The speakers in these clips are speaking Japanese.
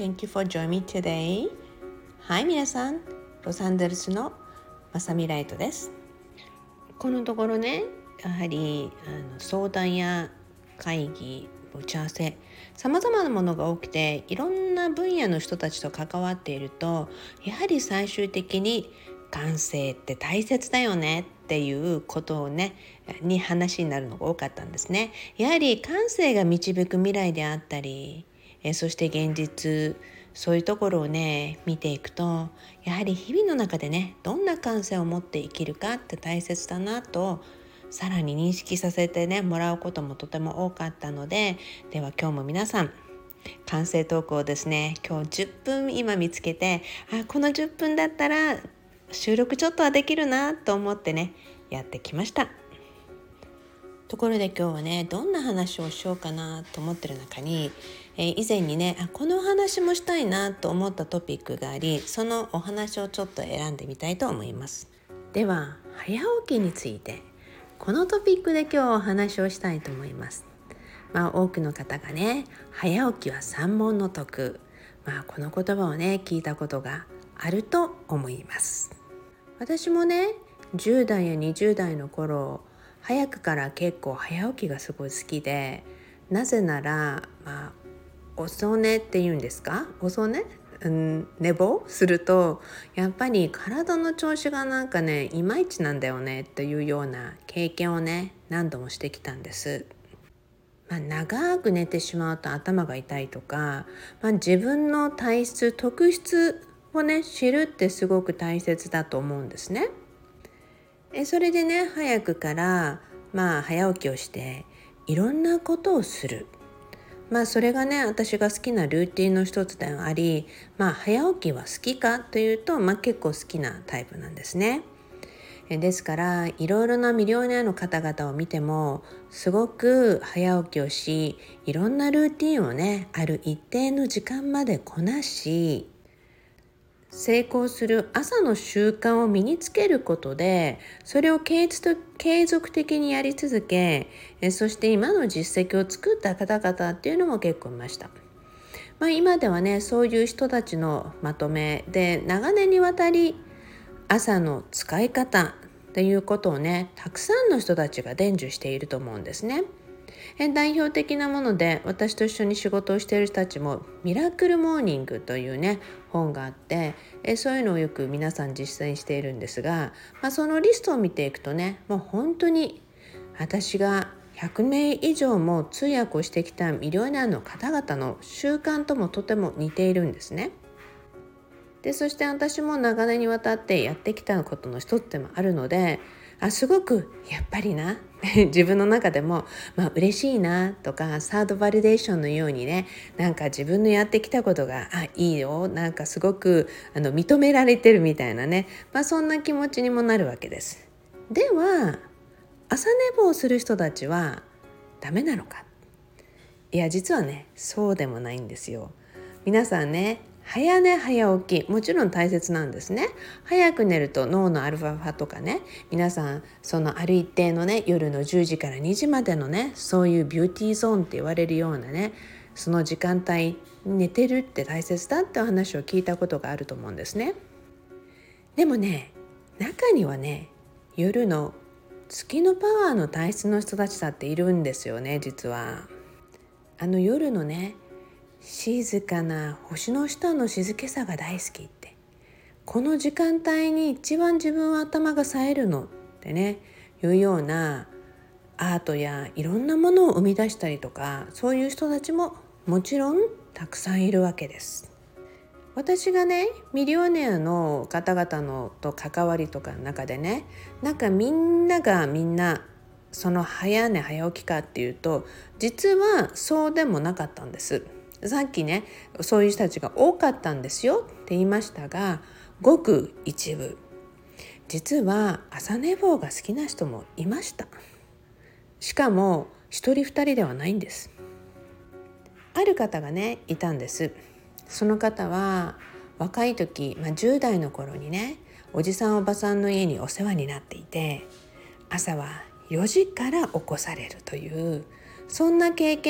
Thank you for joining me today. はい、皆さん、ロサンゼルスのまさみライトです。このところね、やはり相談や会議、打ち合わせ、さまざまなものが多くて、いろんな分野の人たちと関わっていると、やはり最終的に感性って大切だよねっていうことをねに話になるのが多かったんですね。やはり感性が導く未来であったり、そして現実、そういうところをね見ていくと、やはり日々の中でねどんな感性を持って生きるかって大切だなとさらに認識させてねもらうこともとても多かったので、では今日も皆さん感性トークをですね今日10分今見つけて、この10分だったら収録ちょっとはできるなと思ってねやってきました。ところで今日はねどんな話をしようかなと思ってる中に、以前にねこのお話もしたいなと思ったトピックがあり、そのお話をちょっと選んでみたいと思います。では早起きについてこのトピックで今日お話をしたいと思います。多くの方がね早起きは三文の徳、この言葉をね聞いたことがあると思います。私もね10代や20代の頃早くから結構早起きがすごい好きで、なぜなら遅寝っていうんですか、寝坊するとやっぱり体の調子がなんかねいまいちなんだよねっていうような経験をね何度もしてきたんです。長く寝てしまうと頭が痛いとか、自分の体質特質をね知るってすごく大切だと思うんですね。それでね早くから早起きをしていろんなことをする、それがね私が好きなルーティンの一つであり、早起きは好きかというと、結構好きなタイプなんですね。ですからいろいろなミリオネアの方々を見てもすごく早起きをし、いろんなルーティンをねある一定の時間までこなし、成功する朝の習慣を身につけることでそれを継続的にやり続け、そして今の実績を作った方々っていうのも結構いました。今ではねそういう人たちのまとめで長年にわたり朝の使い方っていうことをねたくさんの人たちが伝授していると思うんですね。代表的なもので私と一緒に仕事をしている人たちもミラクルモーニングというね本があって、そういうのをよく皆さん実践しているんですが、そのリストを見ていくとねもう本当に私が100名以上も通訳をしてきたミリオネアの方々の習慣ともとても似ているんですね。でそして私も長年にわたってやってきたことの一つでもあるので、すごくやっぱりな自分の中でも嬉しいなとか、サードバリデーションのようにねなんか自分のやってきたことがいいよ、なんかすごく認められてるみたいなね、そんな気持ちにもなるわけです。では朝寝坊する人たちはダメなのか。いや実はねそうでもないんですよ。皆さんね早寝早起きもちろん大切なんですね。早く寝ると脳のアルファ波とかね、皆さんそのある一定のね夜の10時から2時までのねそういうビューティーゾーンって言われるようなねその時間帯寝てるって大切だってお話を聞いたことがあると思うんですね。でもね中にはね夜の月のパワーの体質の人たちだっているんですよね。実は夜のね静かな星の下の静けさが大好きって、この時間帯に一番自分は頭が冴えるのってねいうようなアートやいろんなものを生み出したりとか、そういう人たちももちろんたくさんいるわけです。私がねミリオネアの方々のと関わりとかの中でね、みんなその早寝早起きかっていうと実はそうでもなかったんです。さっきねそういう人たちが多かったんですよって言いましたが、ごく一部実は朝寝坊が好きな人もいました。しかも一人二人ではないんです。ある方がねいたんです。その方は若い時、10代の頃にねおじさんおばさんの家にお世話になっていて、朝は4時から起こされるというそんな経験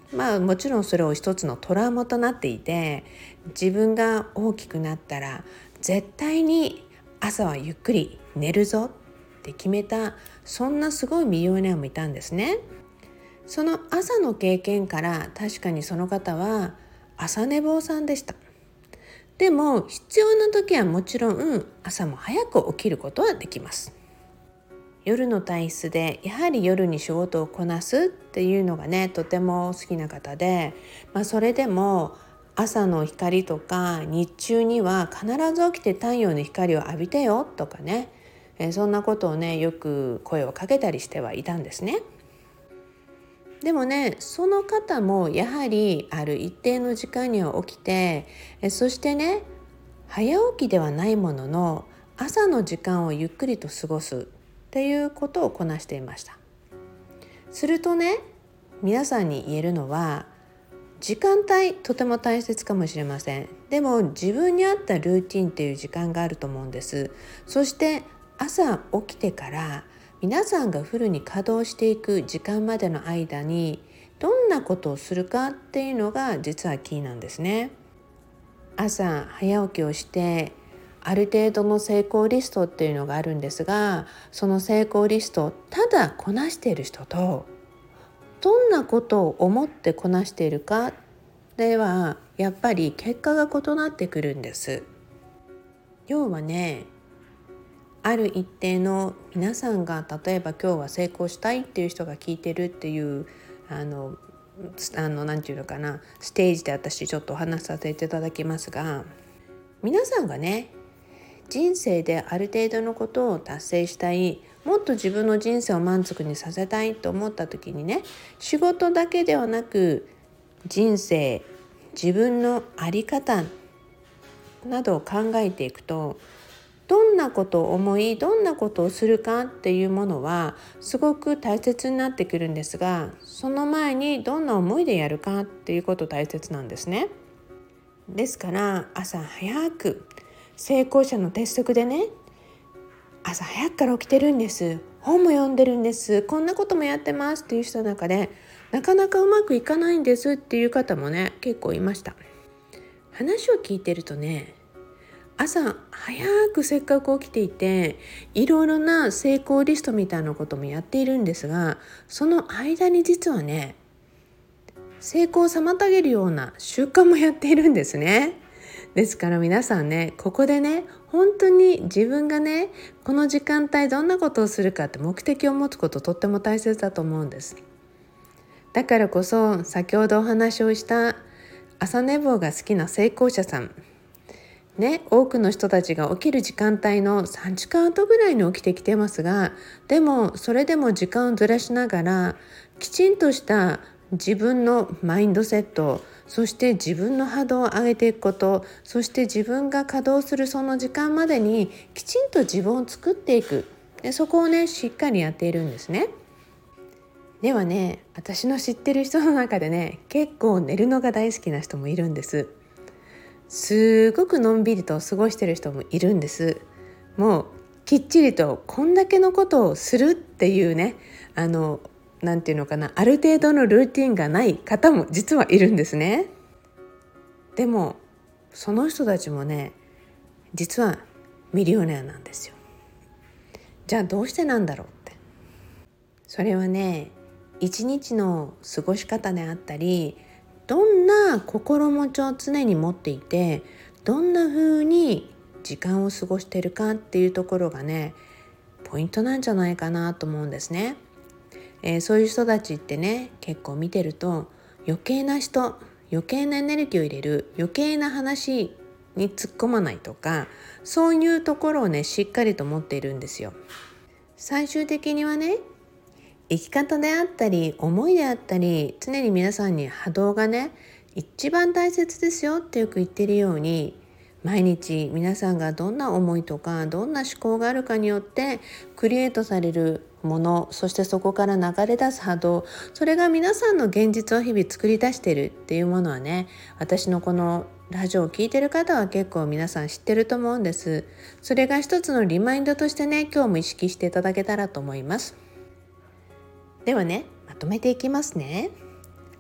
もちろんそれを一つのトラウマとなっていて、自分が大きくなったら絶対に朝はゆっくり寝るぞって決めた、そんなすごいミリオネアもいたんですね。その朝の経験から確かにその方は朝寝坊さんでした。でも必要な時はもちろん朝も早く起きることはできます。夜の体質でやはり夜に仕事をこなすっていうのがね、とても好きな方で、それでも朝の光とか日中には必ず起きて太陽の光を浴びてよとかね、そんなことをねよく声をかけたりしてはいたんですね。でもね、その方もやはりある一定の時間には起きて、そしてね、早起きではないものの朝の時間をゆっくりと過ごすっていうことをこなしていました。するとね、皆さんに言えるのは、時間帯とても大切かもしれません。でも自分に合ったルーティンっていう時間があると思うんです。そして朝起きてから皆さんがフルに稼働していく時間までの間にどんなことをするかっていうのが実はキーなんですね。朝早起きをしてある程度の成功リストっていうのがあるんですが、その成功リストをただこなしている人と、どんなことを思ってこなしているかではやっぱり結果が異なってくるんです。要はね、ある一定の皆さんが例えば今日は成功したいっていう人が聞いてるっていうなんていうのかな、ステージで私ちょっとお話しさせていただきますが、皆さんがね、人生である程度のことを達成したい、もっと自分の人生を満足にさせたいと思った時にね、仕事だけではなく人生、自分の在り方などを考えていくと、どんなことを思い、どんなことをするかっていうものはすごく大切になってくるんですが、その前にどんな思いでやるかっていうこと大切なんですね。ですから朝早く、成功者の鉄則でね、朝早くから起きてるんです、本も読んでるんです、こんなこともやってますっていう人の中で、なかなかうまくいかないんですっていう方もね結構いました。話を聞いてるとね、朝早くせっかく起きていて、いろいろな成功リストみたいなこともやっているんですが、その間に実はね、成功を妨げるような習慣もやっているんですね。ですから皆さんね、ここでね、本当に自分がね、この時間帯どんなことをするかって目的を持つこと、とっても大切だと思うんです。だからこそ先ほどお話をした朝寝坊が好きな成功者さんね、多くの人たちが起きる時間帯の3時間後ぐらいに起きてきてますが、でもそれでも時間をずらしながらきちんとした自分のマインドセット、そして自分の波動を上げていくこと、そして自分が稼働するその時間までにきちんと自分を作っていく、でそこをねしっかりやっているんですね。ではね、私の知ってる人の中でね、結構寝るのが大好きな人もいるんです。すごくのんびりと過ごしてる人もいるんです。もうきっちりとこんだけのことをするっていうね、なんていうのかな、ある程度のルーティンがない方も実はいるんですね。でもその人たちもね、実はミリオネアなんですよ。じゃあどうしてなんだろうって。それはね、一日の過ごし方であったり、どんな心持ちを常に持っていて、どんな風に時間を過ごしているかっていうところがね、ポイントなんじゃないかなと思うんですね。そういう人たちってね、結構見てると余計な人、余計なエネルギーを入れる、余計な話に突っ込まないとか、そういうところをねしっかりと持っているんですよ。最終的にはね、生き方であったり思いであったり、常に皆さんに波動がね一番大切ですよってよく言っているように、毎日皆さんがどんな思いとかどんな思考があるかによってクリエイトされるもの、そしてそこから流れ出す波動、それが皆さんの現実を日々作り出しているっていうものはね、私のこのラジオを聞いてる方は結構皆さん知ってると思うんです。それが一つのリマインドとしてね、今日も意識していただけたらと思います。ではね、まとめていきますね。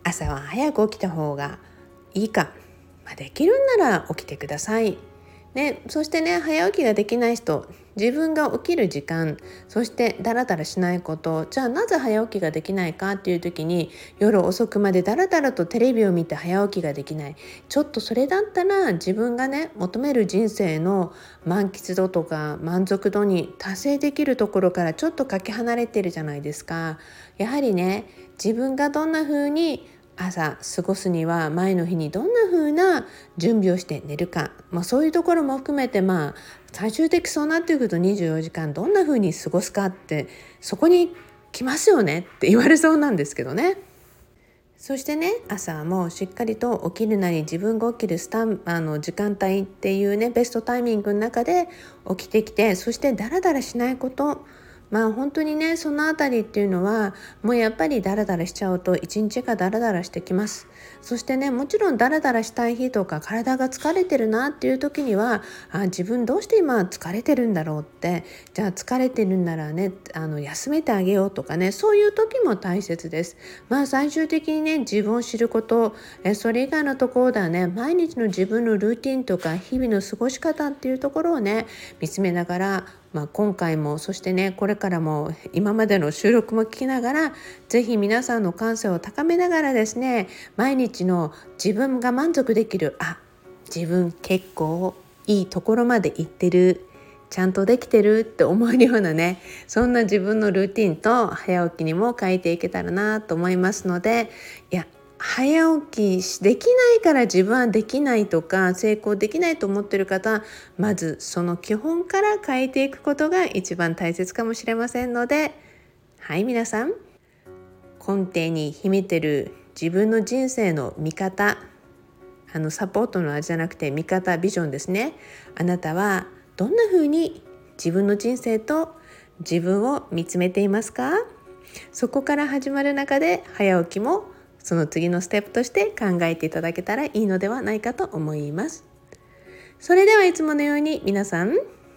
朝は早く起きた方がいいか、できるんなら起きてください。そしてね、早起きができない人、自分が起きる時間、そしてダラダラしないこと、じゃあなぜ早起きができないかっていう時に、夜遅くまでダラダラとテレビを見て早起きができない、ちょっとそれだったら自分がね求める人生の満喫度とか満足度に達成できるところからちょっとかけ離れてるじゃないですか。やはりね、自分がどんな風に朝過ごすには前の日にどんな風な準備をして寝るか、そういうところも含めて、最終的そうなっていくと24時間どんな風に過ごすかってそこに来ますよねって言われそうなんですけどね。そしてね、朝もしっかりと起きるなり、自分が起きる時間帯っていうねベストタイミングの中で起きてきて、そしてダラダラしないこと、本当にねそのあたりっていうのはもうやっぱりダラダラしちゃうと一日がダラダラしてきます。そしてね、もちろんダラダラしたい日とか体が疲れてるなっていう時には自分どうして今疲れてるんだろうって、じゃあ疲れてるんならね休めてあげようとかね、そういう時も大切です。最終的にね自分を知ること、それ以外のところではね、毎日の自分のルーティンとか日々の過ごし方っていうところをね見つめながら、今回もそしてねこれからも今までの収録も聞きながら、ぜひ皆さんの感性を高めながらですね、毎日の自分が満足できる、自分結構いいところまで行ってる、ちゃんとできてるって思えるようなね、そんな自分のルーティンと早起きにも変えていけたらなと思いますので、早起きできないから自分はできないとか成功できないと思ってる方、まずその基本から変えていくことが一番大切かもしれませんので、皆さん、根底に秘めてる自分の人生の見方、サポートの味じゃなくて見方、ビジョンですね。あなたはどんな風に自分の人生と自分を見つめていますか？そこから始まる中で早起きもその次のステップとして考えていただけたらいいのではないかと思います。それではいつものように皆さん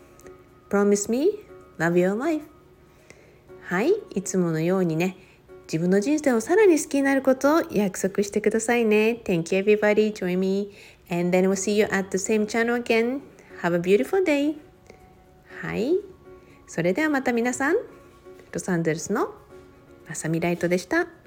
Promise me love your life。 いつものようにね、自分の人生をさらに好きになることを約束してくださいね。 Thank you everybody, join me and then we'll see you at the same channel again. Have a beautiful day。 それではまた皆さん、ロサンゼルスのまさみライトでした。